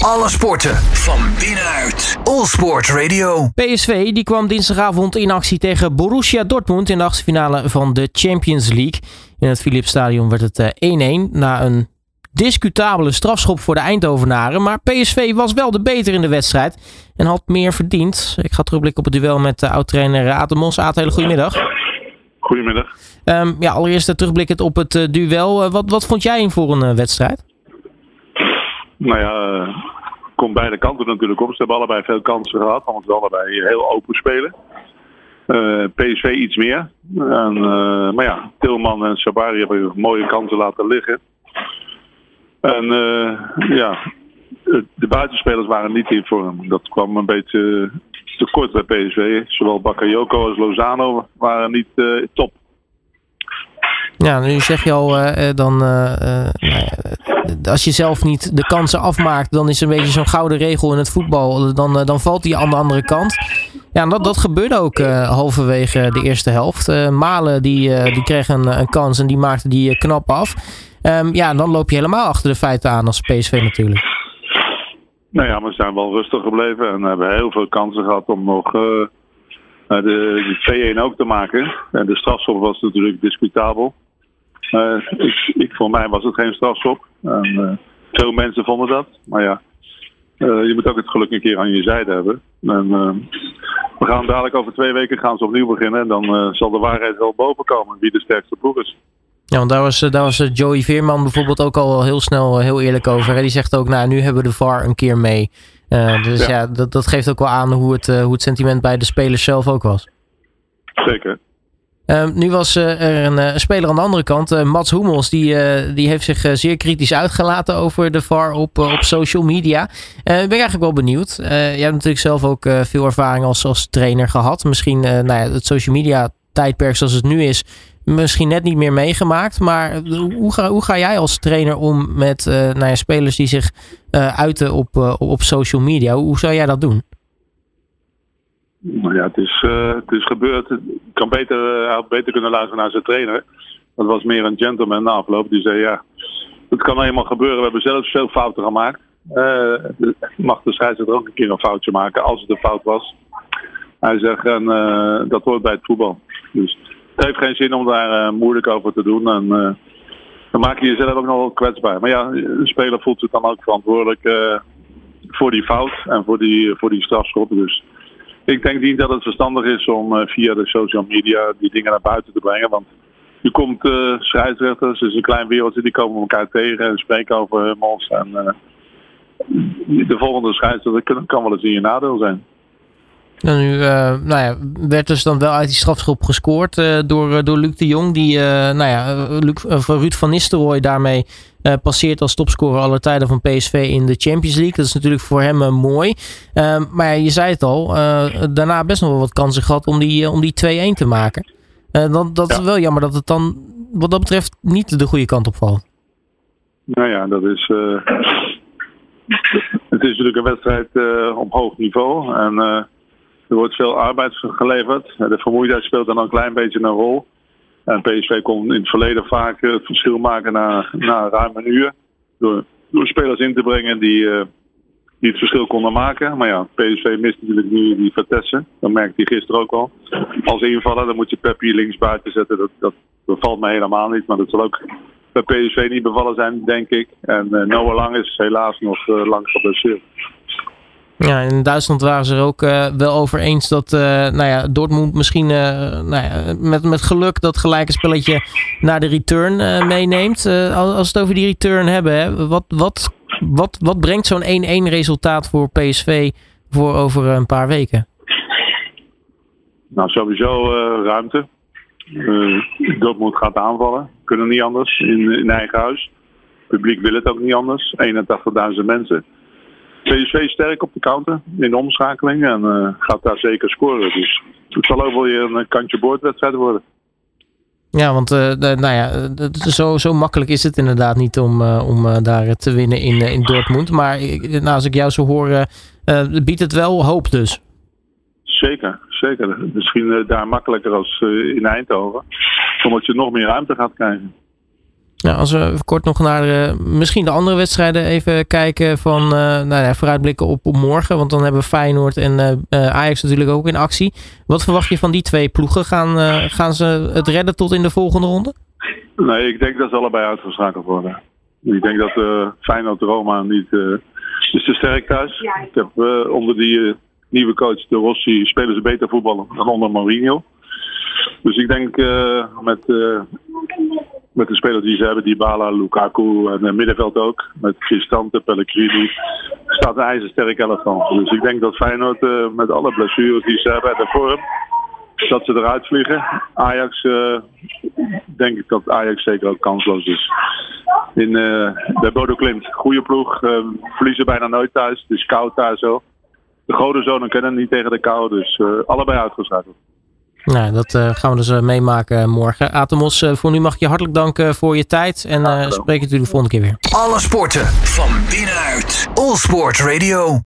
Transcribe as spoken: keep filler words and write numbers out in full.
Alle sporten van binnenuit. All Sport Radio. P S V die kwam dinsdagavond in actie tegen Borussia Dortmund in de achtste finale van de Champions League. In het Philipsstadion werd het één-één na een discutabele strafschop voor de Eindhovenaren. Maar P S V was wel de beter in de wedstrijd en had meer verdiend. Ik ga terugblikken op het duel met de oud-trainer Aad de Mos. Aad, hele goedemiddag. Goedemiddag. Um, ja, allereerst terugblikkend op het uh, duel. Uh, wat, wat vond jij in voor een uh, wedstrijd? Nou ja, uh, komt beide kanten natuurlijk op. Ze hebben allebei veel kansen gehad, want ze allebei heel open spelen. Uh, P S V iets meer. En, uh, maar ja, Tilman en Sabari hebben mooie kansen laten liggen. En uh, ja, de buitenspelers waren niet in vorm. Dat kwam een beetje tekort bij P S V. Zowel Bakayoko als Lozano waren niet uh, top. Ja, nu zeg je al, uh, dan, uh, uh, als je zelf niet de kansen afmaakt, dan is er een beetje zo'n gouden regel in het voetbal. Dan, uh, dan valt hij aan de andere kant. Ja, en dat, dat gebeurde ook uh, halverwege de eerste helft. Uh, Malen die, uh, die kreeg een, een kans en die maakte die uh, knap af. Um, ja, en dan loop je helemaal achter de feiten aan als P S V natuurlijk. Nou ja, maar ze zijn wel rustig gebleven en hebben heel veel kansen gehad om nog uh, de, de twee-één ook te maken. En de strafschop was natuurlijk discutabel. Uh, ik, ik, voor mij was het geen strafschop. En, uh, veel mensen vonden dat. Maar ja, uh, je moet ook het geluk een keer aan je zijde hebben. En, uh, we gaan dadelijk over twee weken gaan ze opnieuw beginnen. En dan uh, zal de waarheid wel boven komen wie de sterkste ploeg is. Ja, want daar was, daar was Joey Veerman bijvoorbeeld ook al heel snel heel eerlijk over. Hè? Die zegt ook, nou nu hebben we de V A R een keer mee. Uh, dus ja, ja dat, dat geeft ook wel aan hoe het, uh, hoe het sentiment bij de spelers zelf ook was. Zeker. Uh, nu was uh, er een, uh, een speler aan de andere kant, uh, Mats Hummels, die, uh, die heeft zich uh, zeer kritisch uitgelaten over de V A R op, uh, op social media. Uh, ben ik eigenlijk wel benieuwd. Uh, jij hebt natuurlijk zelf ook uh, veel ervaring als, als trainer gehad. Misschien uh, nou ja, het social media tijdperk zoals het nu is, misschien net niet meer meegemaakt. Maar hoe ga, hoe ga jij als trainer om met uh, nou ja, spelers die zich uh, uiten op, uh, op social media? Hoe, hoe zou jij dat doen? Nou ja, het is, uh, het is gebeurd. Ik kan beter, uh, had beter kunnen luisteren naar zijn trainer. Dat was meer een gentleman na afloop. Die zei, ja, het kan helemaal gebeuren. We hebben zelf veel fouten gemaakt. Uh, mag de scheidsrechter ook een keer een foutje maken, als het een fout was. Hij zegt, en uh, dat hoort bij het voetbal. Dus het heeft geen zin om daar uh, moeilijk over te doen. En uh, dan maak je jezelf ook nog wel kwetsbaar. Maar ja, een speler voelt zich dan ook verantwoordelijk uh, voor die fout en voor die, voor die strafschop. Dus ik denk niet dat het verstandig is om uh, via de social media die dingen naar buiten te brengen. Want je komt uh, scheidsrechters, het is een klein wereldje, die komen elkaar tegen en spreken over Hummels. En uh, de volgende scheidsrechter kan, kan wel eens in je nadeel zijn. En nu uh, nou ja, werd dus dan wel uit die strafschop gescoord uh, door, uh, door Luc de Jong. Die uh, nou ja, Luc, uh, Ruud van Nistelrooy daarmee uh, passeert als topscorer aller tijden van P S V in de Champions League. Dat is natuurlijk voor hem uh, mooi. Uh, maar ja, je zei het al, uh, daarna best nog wel wat kansen gehad om die, uh, om die twee-één te maken. Uh, dan, dat ja. is wel jammer dat het dan wat dat betreft niet de goede kant op valt. Nou ja, dat is... Uh, het is natuurlijk een wedstrijd uh, op hoog niveau. En uh, er wordt veel arbeid geleverd. De vermoeidheid speelt dan een klein beetje een rol. En P S V kon in het verleden vaak het verschil maken na, na ruim een uur. Door, door spelers in te brengen die, uh, die het verschil konden maken. Maar ja, P S V mist natuurlijk nu die Vertessen. Dat merkte hij gisteren ook al. Als invaller, dan moet je Peppi links buiten zetten. Dat, dat bevalt mij helemaal niet. Maar dat zal ook bij P S V niet bevallen zijn, denk ik. En uh, Noah Lang is helaas nog uh, lang geblesseerd. Ja, in Duitsland waren ze er ook uh, wel over eens dat uh, nou ja, Dortmund misschien uh, nou ja, met, met geluk dat gelijke spelletje naar de return uh, meeneemt. Uh, als we het over die return hebben, hè, wat, wat, wat, wat brengt zo'n één-één resultaat voor P S V voor over een paar weken? Nou, sowieso uh, ruimte. Uh, Dortmund gaat aanvallen. Kunnen niet anders in, in eigen huis. Het publiek wil het ook niet anders. eenentachtigduizend mensen. P S V sterk op de counter in de omschakeling en uh, gaat daar zeker scoren. Dus het zal ook wel weer een kantje boordwedstrijd worden. Ja, want uh, de, nou ja, de, zo, zo makkelijk is het inderdaad niet om, uh, om uh, daar te winnen in, uh, in Dortmund. Maar nou, als ik jou zo hoor, uh, uh, biedt het wel hoop dus. Zeker, zeker. Misschien uh, daar makkelijker als uh, in Eindhoven. Omdat je nog meer ruimte gaat krijgen. Nou, als we even kort nog naar uh, misschien de andere wedstrijden even kijken van uh, nou ja, vooruitblikken op, op morgen. Want dan hebben we Feyenoord en uh, uh, Ajax natuurlijk ook in actie. Wat verwacht je van die twee ploegen? Gaan, uh, gaan ze het redden tot in de volgende ronde? Nee, ik denk dat ze allebei uitgeschakeld worden. Ik denk dat uh, Feyenoord Roma niet uh, is te sterk thuis. Ik heb uh, onder die uh, nieuwe coach De Rossi spelen ze beter voetballen dan onder Mourinho. Dus ik denk uh, met, uh, met de spelers die ze hebben, Dybala, Lukaku en het middenveld ook, met Cristante, Pellegrini, staat een ijzersterk elftal. Dus ik denk dat Feyenoord uh, met alle blessures die ze hebben en de vorm, dat ze eruit vliegen. Ajax, uh, denk ik dat Ajax zeker ook kansloos is. In, uh, bij Bodo Glimt, goede ploeg, uh, verliezen bijna nooit thuis, het is koud daar zo. De Godenzonen kunnen niet tegen de kou, dus uh, allebei uitgeschakeld. Nou, dat uh, gaan we dus uh, meemaken morgen. Atemos, uh, voor nu mag ik je hartelijk danken voor je tijd. En uh, spreek je natuurlijk de volgende keer weer. Alle sporten van binnenuit. All Sport Radio.